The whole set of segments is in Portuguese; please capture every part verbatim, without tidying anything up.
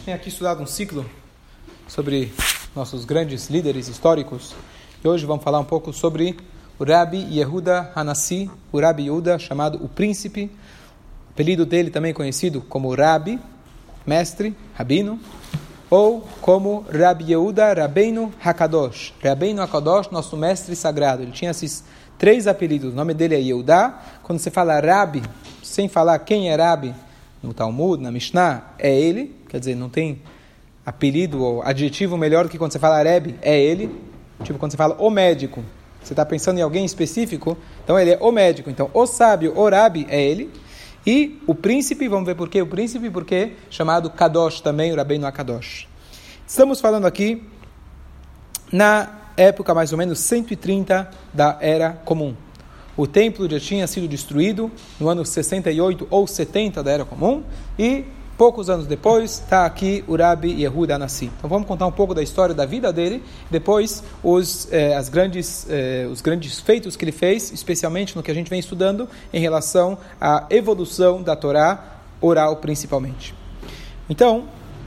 tem aqui estudado um ciclo sobre nossos grandes líderes históricos. E hoje vamos falar um pouco sobre o Rabbi Yehuda Hanassi, o Rabbi Yehuda, chamado o Príncipe. O apelido dele também conhecido como Rabbi, mestre, rabino, ou como Rabbi Yehuda Rabbeinu Hakadosh, Rabbeinu Hakadosh, nosso mestre sagrado. Ele tinha esses três apelidos. O nome dele é Yehuda. Quando você fala Rabbi, sem falar quem é Rabbi, no Talmud, na Mishnah, é ele. Quer dizer, não tem apelido ou adjetivo melhor do que quando você fala Rebbe, é ele. Tipo, quando você fala o médico, você está pensando em alguém específico, então ele é o médico. Então, o sábio, o Rabbi, é ele. E o príncipe, vamos ver por que o príncipe, porque chamado Kadosh também, o Rabbeinu Hakadosh. Estamos falando aqui na época mais ou menos cento e trinta da Era Comum. O templo já tinha sido destruído no ano sessenta e oito ou setenta da Era Comum, e poucos anos depois está aqui o Rabbi Yehuda Hanassi. Então vamos contar um pouco da história da vida dele, depois os, eh, as grandes, eh, os grandes feitos que ele fez, especialmente no que a gente vem estudando em relação à evolução da Torá oral principalmente. Então,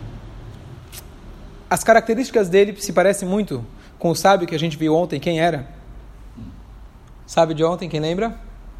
as características dele se parecem muito com o sábio que a gente viu ontem. Quem era? Sábio de ontem, quem lembra?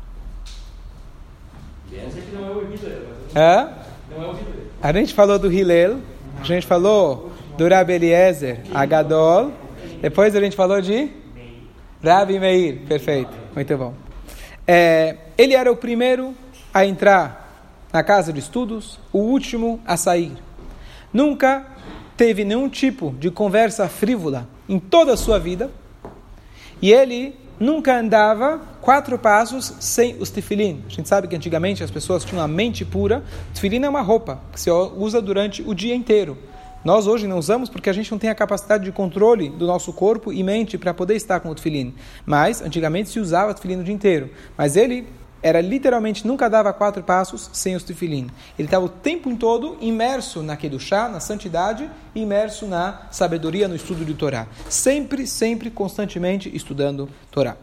É? A gente falou do Hillel, a gente falou do Rabbi Eliezer Agadol, depois a gente falou de Rabbi Meir. Perfeito, muito bom. É, ele era o primeiro a entrar na casa de estudos, o último a sair. Nunca teve nenhum tipo de conversa frívola em toda a sua vida, e ele nunca andava quatro passos sem os tefilim. A gente sabe que antigamente as pessoas tinham a mente pura. Tefilim é uma roupa que se usa durante o dia inteiro. Nós hoje não usamos porque a gente não tem a capacidade de controle do nosso corpo e mente para poder estar com o tefilim. Mas antigamente se usava tefilim o dia inteiro. Mas ele era literalmente, nunca dava quatro passos sem os tefilim. Ele estava o tempo todo imerso na Kedushá, na santidade, imerso na sabedoria, no estudo de Torá. Sempre, sempre, constantemente estudando Torá.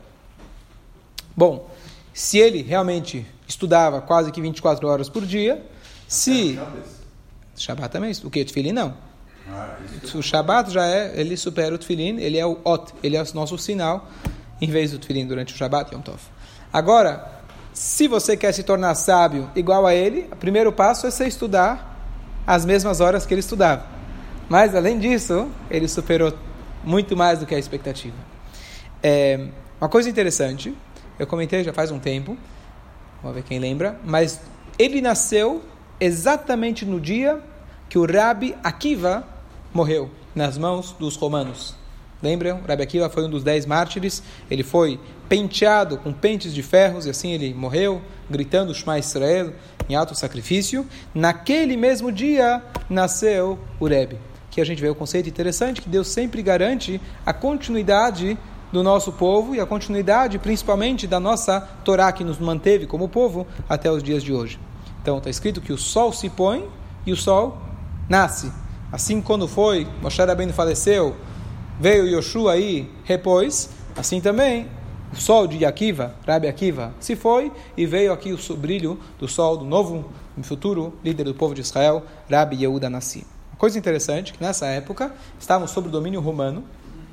Bom, se ele realmente estudava quase que vinte e quatro horas por dia, se... Shabbat também, o que? O tefilim não. Ah, o Shabbat já é, ele supera o tefilim, ele é o Ot, ele é o nosso sinal, em vez do tefilim durante o Shabbat, Yom Tov. Agora, se você quer se tornar sábio igual a ele, o primeiro passo é você estudar as mesmas horas que ele estudava. Mas, além disso, ele superou muito mais do que a expectativa. É, uma coisa interessante, eu comentei já faz um tempo, vamos ver quem lembra, mas ele nasceu exatamente no dia que o Rabbi Akiva morreu nas mãos dos romanos. Lembram? Rabbi Akiva foi um dos dez mártires. Ele foi penteado com pentes de ferros e assim ele morreu, gritando Shema Israel em alto sacrifício. Naquele mesmo dia nasceu o Rebbe. Que a gente vê o conceito interessante que Deus sempre garante a continuidade do nosso povo e a continuidade principalmente da nossa Torá que nos manteve como povo até os dias de hoje. Então está escrito que o sol se põe e o sol nasce. Assim quando foi, Moshe Rabbeinu faleceu, veio Yoshua aí, repôs, assim também, o sol de Akiva, Rabbi Akiva, se foi, e veio aqui o brilho do sol do novo, futuro líder do povo de Israel, Rabbi Yehuda Hanassi. Uma coisa interessante, que nessa época, estavam sob o domínio romano,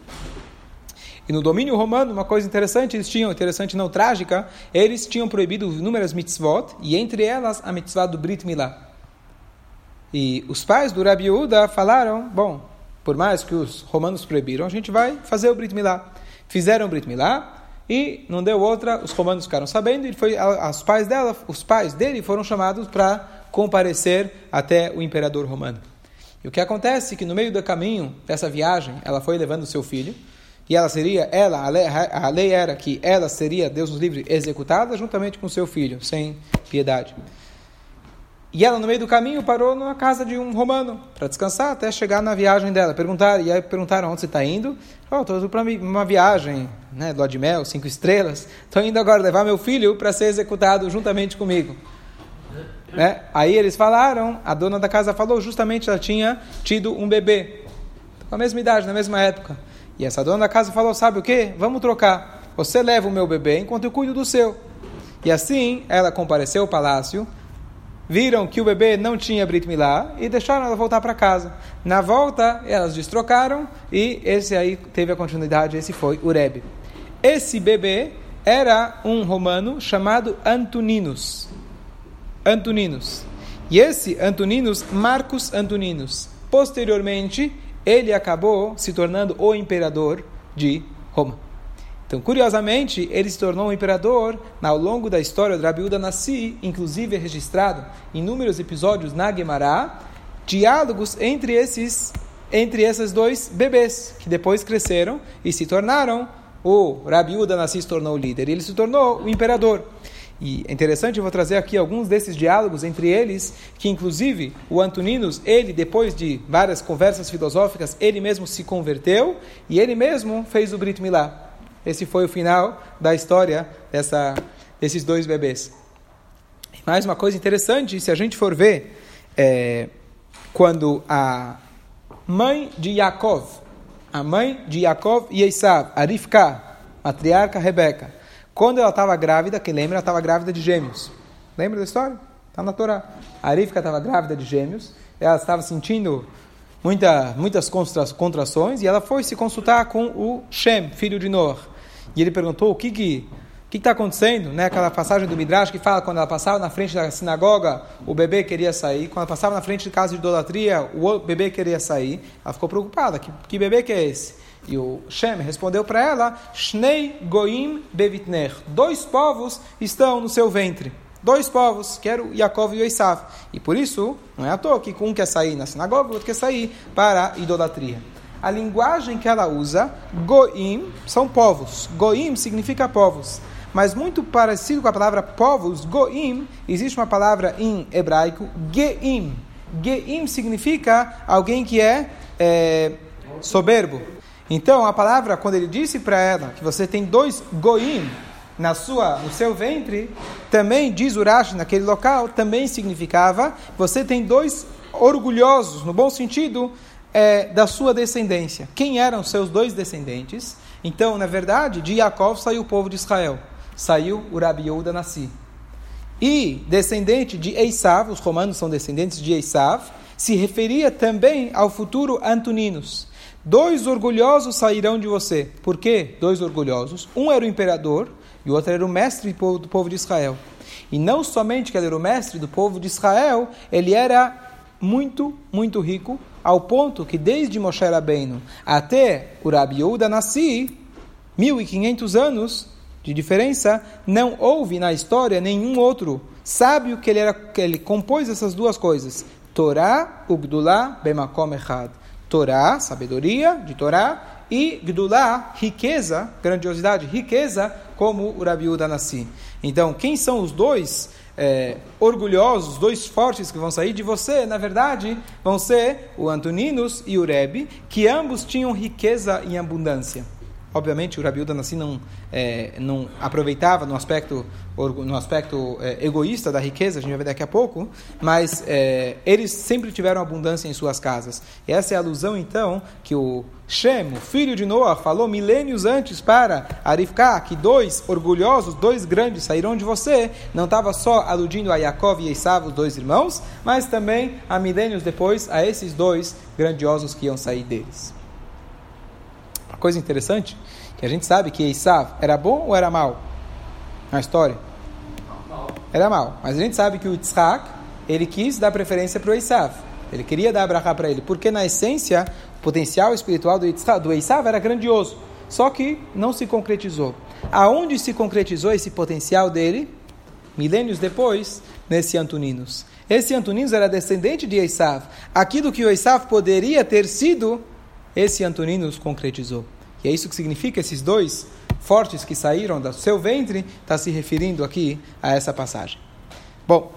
e no domínio romano, uma coisa interessante, eles tinham, interessante não trágica, eles tinham proibido inúmeras mitzvot, e entre elas a mitzvah do Brit Milá. E os pais do Rabbi Yehuda falaram, bom, por mais que os romanos proibiram, a gente vai fazer o Brit Milá. Fizeram o Brit Milá e não deu outra, os romanos ficaram sabendo e foi, os, pais dela, os pais dele foram chamados para comparecer até o imperador romano. E o que acontece é que no meio do caminho dessa viagem, ela foi levando o seu filho e ela seria, ela, a lei, a lei era que ela seria, Deus nos livre, executada juntamente com seu filho, sem piedade. E ela, no meio do caminho, parou na casa de um romano para descansar até chegar na viagem dela. Perguntaram, e aí perguntaram onde você está indo. Oh, estou indo para uma viagem, né, lua de mel, cinco estrelas. Estou indo agora levar meu filho para ser executado juntamente comigo. Né? Aí eles falaram, a dona da casa falou, justamente ela tinha tido um bebê. Com a mesma idade, na mesma época. E essa dona da casa falou, sabe o quê? Vamos trocar. Você leva o meu bebê enquanto eu cuido do seu. E assim, ela compareceu ao palácio, viram que o bebê não tinha Brit Milá e deixaram ela voltar para casa. Na volta, elas destrocaram e esse aí teve a continuidade, esse foi o Rebbe. Esse bebê era um romano chamado Antoninus. Antoninus. E esse Antoninus, Marcus Antoninus. Posteriormente, ele acabou se tornando o imperador de Roma. Então, curiosamente, ele se tornou um imperador ao longo da história do Rabi Yehuda Nassi, inclusive é registrado em inúmeros episódios na Guemará, diálogos entre esses, entre esses dois bebês, que depois cresceram e se tornaram, o Rabi Yehuda Nassi se tornou o líder, e ele se tornou o imperador. E é interessante, eu vou trazer aqui alguns desses diálogos entre eles, que inclusive o Antoninus, ele depois de várias conversas filosóficas, ele mesmo se converteu, e ele mesmo fez o Brit Milá. Esse foi o final da história dessa, desses dois bebês. E mais uma coisa interessante, se a gente for ver, é, quando a mãe de Yaakov, a mãe de Yaakov e Esav, a Rivka, matriarca Rebeca, quando ela estava grávida, quem lembra, ela estava grávida de gêmeos. Lembra da história? Está na Torá. A Rivka estava grávida de gêmeos, ela estava sentindo muita, muitas contrações, e ela foi se consultar com o Shem, filho de Noach. E ele perguntou o que que o que está acontecendo, né? Aquela passagem do Midrash que fala quando ela passava na frente da sinagoga, o bebê queria sair. Quando ela passava na frente de casa de idolatria, o bebê queria sair. Ela ficou preocupada. Que, que bebê que é esse? E o Shem respondeu para ela, Shnei goim bevitner. Dois povos estão no seu ventre. Dois povos, que eram Yaakov e Esav. E por isso, não é à toa que um quer sair na sinagoga, o outro quer sair para a idolatria. A linguagem que ela usa, goim, são povos. Goim significa povos. Mas muito parecido com a palavra povos, goim, existe uma palavra em hebraico, geim. Geim significa alguém que é, é soberbo. Então, a palavra, quando ele disse para ela que você tem dois goim na sua, no seu ventre, também, diz Urashi, naquele local, também significava você tem dois orgulhosos, no bom sentido, É, da sua descendência. Quem eram seus dois descendentes? Então, na verdade, de Yaakov saiu o povo de Israel. Saiu o Rabi Yehuda Nassi. E descendente de Esav, os romanos são descendentes de Esav, se referia também ao futuro Antoninus. Dois orgulhosos sairão de você. Por quê? Dois orgulhosos. Um era o imperador e o outro era o mestre do povo de Israel. E não somente que ele era o mestre do povo de Israel, ele era muito, muito rico, ao ponto que desde Moshe Rabbeinu até o Rabi Yehuda Nassi, mil e quinhentos anos de diferença, não houve na história nenhum outro sábio que ele, era, que ele compôs essas duas coisas. Torá, Ugdulá, Bemakom Echad. Torá, sabedoria de Torá, e Gdulá, riqueza, grandiosidade, riqueza, como o Rabi Yehuda Nassi. Então, quem são os dois É, orgulhosos, dois fortes que vão sair de você, na verdade, vão ser o Antoninus e o Rebbe, que ambos tinham riqueza em abundância. Obviamente, o Rabi Yehuda Nassi não, é, não aproveitava no aspecto, no aspecto é, egoísta da riqueza, a gente vai ver daqui a pouco, mas é, eles sempre tiveram abundância em suas casas. E essa é a alusão, então, que o Shem, o filho de Noah, falou milênios antes para Rivka, que dois orgulhosos, dois grandes saíram de você. Não estava só aludindo a Yaakov e Esav, os dois irmãos, mas também a milênios depois a esses dois grandiosos que iam sair deles. Uma coisa interessante, que a gente sabe que Esav era bom ou era mau na história? Era mau. Mas a gente sabe que o Yitzhak, ele quis dar preferência para o Esav. Ele queria dar abrahá para ele, porque na essência, o potencial espiritual do Yitzhak, do Esav era grandioso. Só que não se concretizou. Aonde se concretizou esse potencial dele? Milênios depois, nesse Antoninus. Esse Antoninus era descendente de Esav. Aquilo que o Esav poderia ter sido, esse Antoninus concretizou. E é isso que significa esses dois fortes que saíram do seu ventre, está se referindo aqui a essa passagem. Bom,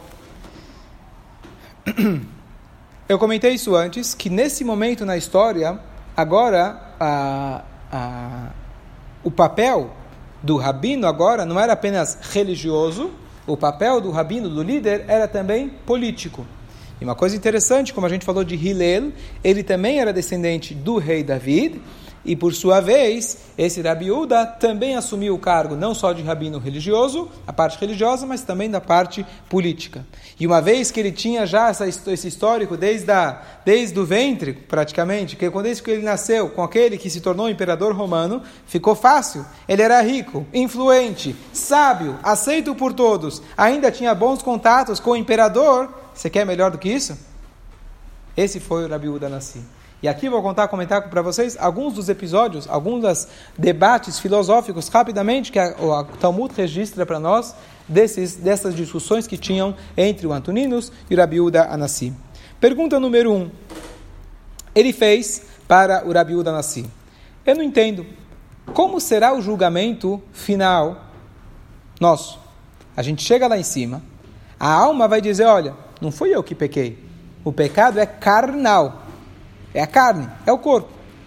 eu comentei isso antes, que nesse momento na história, agora, a, a, o papel do rabino agora não era apenas religioso, o papel do rabino, do líder, era também político. E uma coisa interessante, como a gente falou de Hillel, ele também era descendente do rei David, E por sua vez, esse Rabi Uda também assumiu o cargo não só de rabino religioso, a parte religiosa, mas também da parte política. E uma vez que ele tinha já essa, esse histórico desde, a, desde o ventre, praticamente, que quando ele nasceu com aquele que se tornou imperador romano, ficou fácil. Ele era rico, influente, sábio, aceito por todos, ainda tinha bons contatos com o imperador. Você quer melhor do que isso? Esse foi o Rabi Uda Nassi. E aqui vou contar, comentar para vocês alguns dos episódios, alguns dos debates filosóficos, rapidamente, que a, a Talmud registra para nós, desses, dessas discussões que tinham entre o Antoninus e o Rabi Uda Anassi. Pergunta número um. Ele fez para o Rabi Uda Anassi: eu não entendo, como será o julgamento final nosso? A gente chega lá em cima, a alma vai dizer, olha, não fui eu que pequei, o pecado é carnal. É a carne, é o corpo.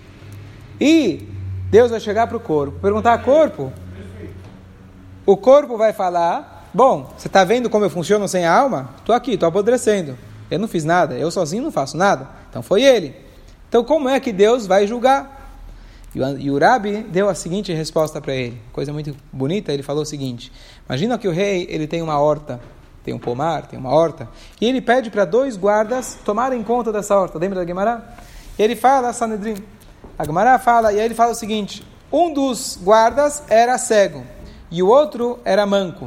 E Deus vai chegar para o corpo, perguntar, corpo? O corpo vai falar, bom, você está vendo como eu funciono sem a alma? Estou aqui, estou apodrecendo. Eu não fiz nada, eu sozinho não faço nada. Então foi ele. Então como é que Deus vai julgar? E o Rabi deu a seguinte resposta para ele. Coisa muito bonita, ele falou o seguinte. Imagina que o rei ele tem uma horta. Tem um pomar, tem uma horta. E ele pede para dois guardas tomarem conta dessa horta. Lembra da Gemara? Ele fala, Sanedrim, a Gemara fala, e aí ele fala o seguinte, um dos guardas era cego, e o outro era manco,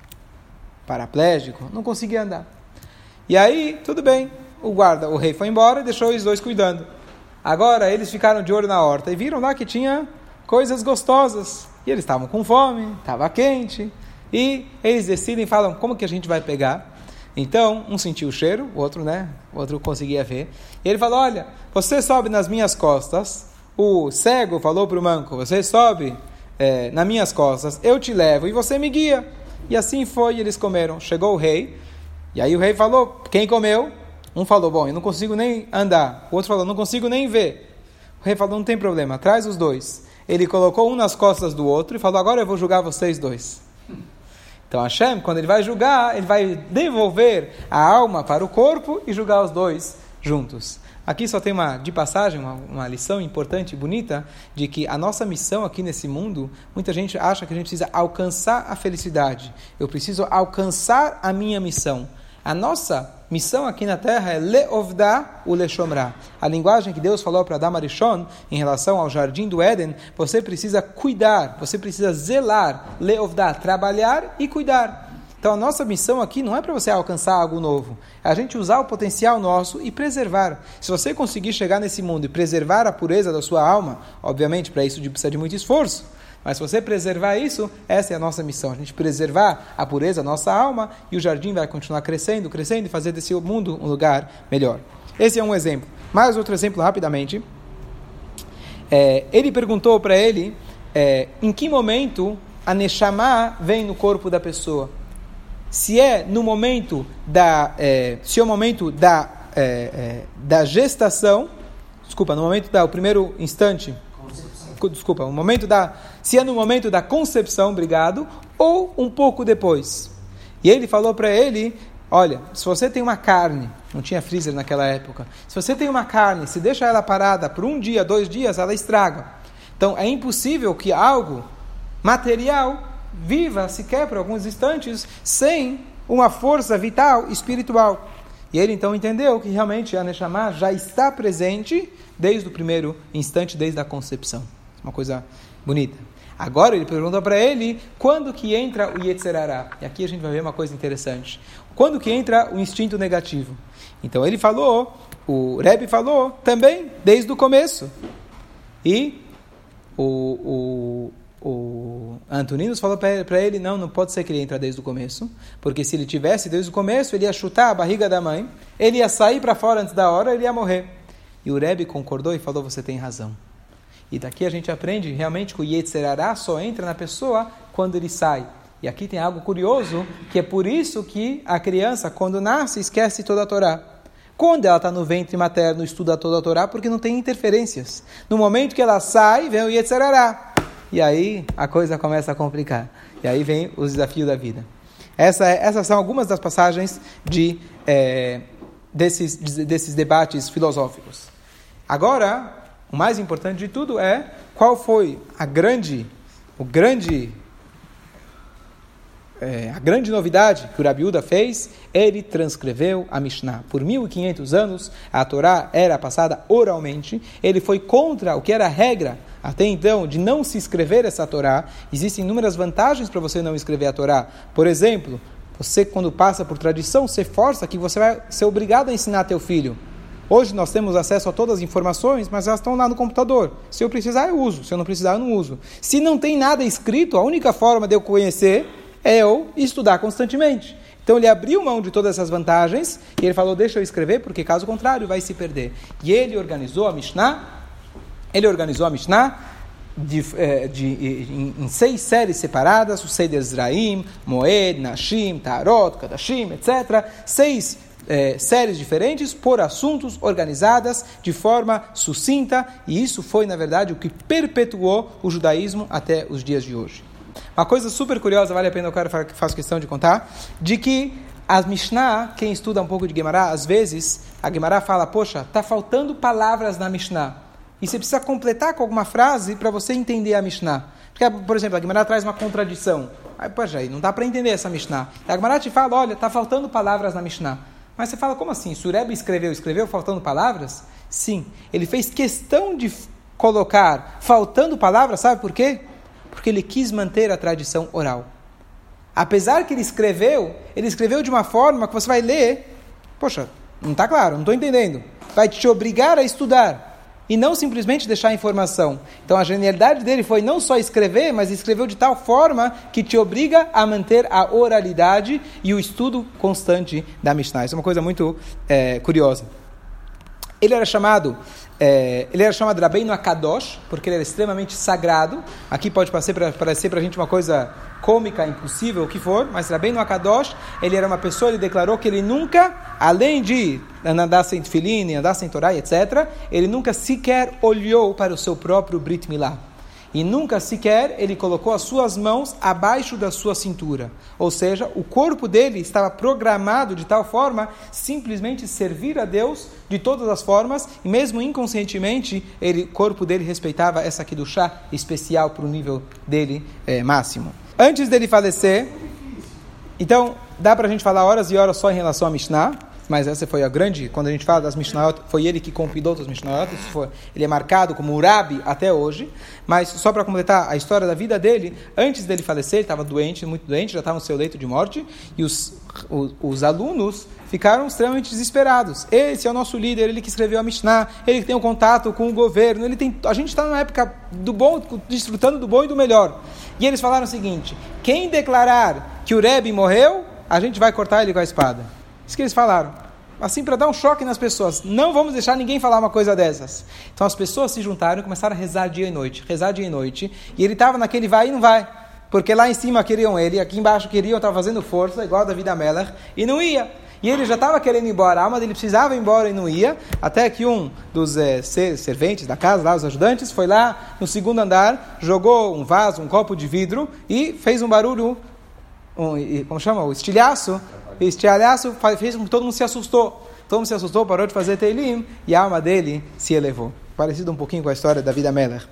paraplégico, não conseguia andar. E aí, tudo bem, o guarda, o rei foi embora e deixou os dois cuidando. Agora, eles ficaram de olho na horta e viram lá que tinha coisas gostosas, e eles estavam com fome, estava quente, e eles decidem, falam, como que a gente vai pegar? Então, um sentiu o cheiro, o outro, né? O outro conseguia ver. E ele falou, olha, você sobe nas minhas costas. O cego falou para o manco, você sobe é, nas minhas costas, eu te levo e você me guia. E assim foi, e eles comeram. Chegou o rei, e aí o rei falou, quem comeu? Um falou, bom, eu não consigo nem andar. O outro falou, não consigo nem ver. O rei falou, não tem problema, traz os dois. Ele colocou um nas costas do outro e falou, agora eu vou julgar vocês dois. Então Hashem, quando ele vai julgar, ele vai devolver a alma para o corpo e julgar os dois juntos. Aqui só tem uma, de passagem, uma, uma lição importante e bonita, de que a nossa missão aqui nesse mundo, muita gente acha que a gente precisa alcançar a felicidade. Eu preciso alcançar a minha missão. A nossa missão aqui na Terra é leovdá u leshomrá. A linguagem que Deus falou para Adam Arishon em relação ao jardim do Éden, você precisa cuidar, você precisa zelar, leovdá, trabalhar e cuidar. Então a nossa missão aqui não é para você alcançar algo novo, é a gente usar o potencial nosso e preservar. Se você conseguir chegar nesse mundo e preservar a pureza da sua alma, obviamente para isso precisa de muito esforço, mas se você preservar isso, essa é a nossa missão. A gente preservar a pureza da nossa alma e o jardim vai continuar crescendo, crescendo e fazer desse mundo um lugar melhor. Esse é um exemplo. Mais outro exemplo rapidamente. É, ele perguntou para ele é, em que momento a Neshama vem no corpo da pessoa. Se é no momento da, é, se é o momento da, é, é, da gestação, desculpa, no momento da, o primeiro instante, desculpa, o momento da, se é no momento da concepção, obrigado, ou um pouco depois. E ele falou para ele, olha, se você tem uma carne, não tinha freezer naquela época, se você tem uma carne, se deixa ela parada por um dia, dois dias, ela estraga. Então é impossível que algo material viva sequer por alguns instantes sem uma força vital espiritual. E ele então entendeu que realmente a Neshama já está presente desde o primeiro instante, desde a concepção. Uma coisa bonita. Agora ele pergunta para ele, quando que entra o Yetzer Hará? E aqui a gente vai ver uma coisa interessante. Quando que entra o instinto negativo? Então ele falou, o Rebbe falou também, desde o começo. E o, o, o Antoninus falou para ele, não, não pode ser que ele entra desde o começo, porque se ele tivesse desde o começo, ele ia chutar a barriga da mãe, ele ia sair para fora antes da hora, ele ia morrer. E o Rebbe concordou e falou, você tem razão. E daqui a gente aprende realmente que o Yetzer Hará só entra na pessoa quando ele sai. E aqui tem algo curioso, que é por isso que a criança, quando nasce, esquece toda a Torá. Quando ela está no ventre materno, estuda toda a Torá, porque não tem interferências. No momento que ela sai, vem o Yetzer Hará. E aí a coisa começa a complicar. E aí vem os desafios da vida. Essa, essas são algumas das passagens de, é, desses, desses debates filosóficos. Agora, o mais importante de tudo é qual foi a grande, o grande, é, a grande novidade que o Rabi Yehuda fez. Ele transcreveu a Mishnah. Por mil e quinhentos anos, a Torá era passada oralmente. Ele foi contra o que era a regra até então de não se escrever essa Torá. Existem inúmeras vantagens para você não escrever a Torá. Por exemplo, você, quando passa por tradição, você força que você vai ser obrigado a ensinar teu filho. Hoje nós temos acesso a todas as informações, mas elas estão lá no computador. Se eu precisar, eu uso. Se eu não precisar, eu não uso. Se não tem nada escrito, a única forma de eu conhecer é eu estudar constantemente. Então ele abriu mão de todas essas vantagens e ele falou, deixa eu escrever, porque caso contrário vai se perder. E ele organizou a Mishnah, ele organizou a Mishnah de, de, de, em, em seis séries separadas, o Seder Zraim, Moed, Nashim, Tarot, Kadashim, etcétera. Seis É, séries diferentes, por assuntos, organizadas de forma sucinta, e isso foi, na verdade, o que perpetuou o judaísmo até os dias de hoje. Uma coisa super curiosa, vale a pena, eu quero, faço questão de contar, de que as Mishnah, quem estuda um pouco de Gemara, às vezes, a Gemara fala, poxa, está faltando palavras na Mishnah, e você precisa completar com alguma frase para você entender a Mishnah. Porque, por exemplo, a Gemara traz uma contradição, aí, poxa, aí não dá para entender essa Mishnah. A Gemara te fala, olha, está faltando palavras na Mishnah. Mas você fala, como assim? Se o Rebbe escreveu, escreveu faltando palavras? Sim, ele fez questão de colocar faltando palavras, sabe por quê? Porque ele quis manter a tradição oral. Apesar que ele escreveu, ele escreveu de uma forma que você vai ler, poxa, não está claro, não estou entendendo. Vai te obrigar a estudar e não simplesmente deixar a informação. Então a genialidade dele foi não só escrever, mas escreveu de tal forma que te obriga a manter a oralidade e o estudo constante da Mishnah. Isso é uma coisa muito é, curiosa. Ele era chamado, é, ele era chamado Rabbeinu Akadosh, porque ele era extremamente sagrado. Aqui pode parecer para a gente uma coisa cômica, impossível, o que for, mas Rabbeinu Akadosh, ele era uma pessoa, ele declarou que ele nunca, além de andar sem tefilin, andar sem Torá, etcétera, ele nunca sequer olhou para o seu próprio Brit Milá. E nunca sequer ele colocou as suas mãos abaixo da sua cintura. Ou seja, o corpo dele estava programado de tal forma simplesmente servir a Deus de todas as formas, e mesmo inconscientemente ele, o corpo dele respeitava essa Kedushá especial para o nível dele é, máximo. Antes dele falecer, então dá para a gente falar horas e horas só em relação à Mishnah, mas essa foi a grande, quando a gente fala das Mishnayot, foi ele que compilou as Mishnayot, isso foi, ele é marcado como o Rabi até hoje, mas só para completar a história da vida dele, antes dele falecer, ele estava doente, muito doente, já estava no seu leito de morte, e os, os, os alunos ficaram extremamente desesperados. Esse é o nosso líder, ele que escreveu a Mishnah, ele que tem um contato com o governo, ele tem, a gente está numa época do bom, desfrutando do bom e do melhor. E eles falaram o seguinte, quem declarar que o Rebbe morreu, a gente vai cortar ele com a espada. Isso que eles falaram. Assim, para dar um choque nas pessoas. Não vamos deixar ninguém falar uma coisa dessas. Então as pessoas se juntaram e começaram a rezar dia e noite. Rezar dia e noite. E ele estava naquele vai e não vai. Porque lá em cima queriam ele, aqui embaixo queriam, estava fazendo força, igual David Amelach, e não ia. E ele já estava querendo ir embora. A alma dele precisava ir embora e não ia. Até que um dos é, serventes da casa, lá, os ajudantes, foi lá no segundo andar, jogou um vaso, um copo de vidro e fez um barulho, um, como chama? O estilhaço. Este alhaço fez com que todo mundo se assustou. Todo mundo se assustou, parou de fazer Teilim e a alma dele se elevou. Parecido um pouquinho com a história da vida Melech.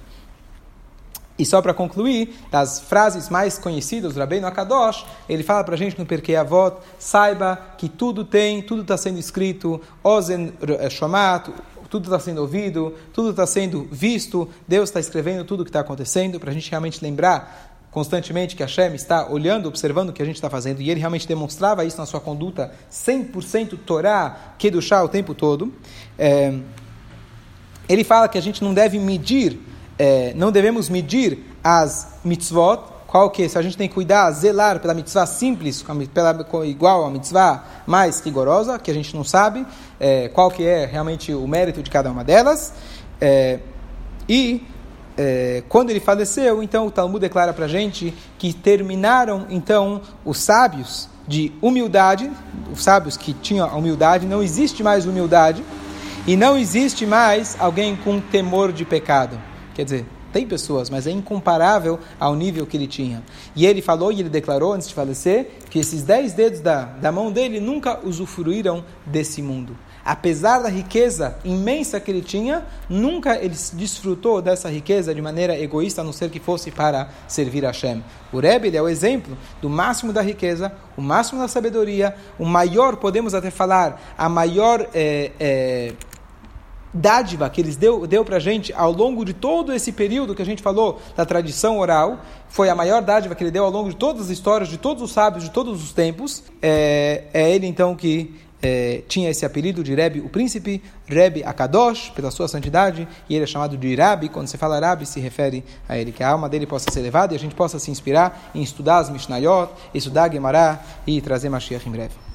E só para concluir, das frases mais conhecidas do Rabbeinu Akadosh, ele fala para a gente no Perkei Avot, saiba que tudo tem, tudo está sendo escrito, Ozen Shomat, tudo está sendo ouvido, tudo está sendo visto, Deus está escrevendo tudo o que está acontecendo, para a gente realmente lembrar constantemente que Hashem está olhando, observando o que a gente está fazendo, e ele realmente demonstrava isso na sua conduta cem por cento Torá, Kedushá o tempo todo. É, ele fala que a gente não deve medir, é, não devemos medir as mitzvot, qual que, se a gente tem que cuidar, zelar pela mitzvah simples, pela, igual a mitzvah mais rigorosa, que a gente não sabe é, qual que é realmente o mérito de cada uma delas, é, e É, quando ele faleceu, então o Talmud declara para a gente que terminaram então os sábios de humildade, os sábios que tinham a humildade, não existe mais humildade e não existe mais alguém com temor de pecado. Quer dizer, tem pessoas, mas é incomparável ao nível que ele tinha. E ele falou e ele declarou antes de falecer que esses dez dedos da, da mão dele nunca usufruíram desse mundo. apesar da riqueza imensa que ele tinha, nunca ele desfrutou dessa riqueza de maneira egoísta, a não ser que fosse para servir a Hashem. O Rebbe, ele é o exemplo do máximo da riqueza, o máximo da sabedoria, o maior, podemos até falar, a maior é, é, dádiva que eles deu, deu para a gente ao longo de todo esse período que a gente falou da tradição oral, foi a maior dádiva que ele deu ao longo de todas as histórias, de todos os sábios, de todos os tempos. É, é ele então que é, tinha esse apelido de Rebbe, o príncipe, Rebbe Akadosh, pela sua santidade, e ele é chamado de Rabi. Quando se fala Rabi, se refere a ele, que a alma dele possa ser elevada e a gente possa se inspirar em estudar as Mishnayot, estudar Gemara e trazer Mashiach em breve.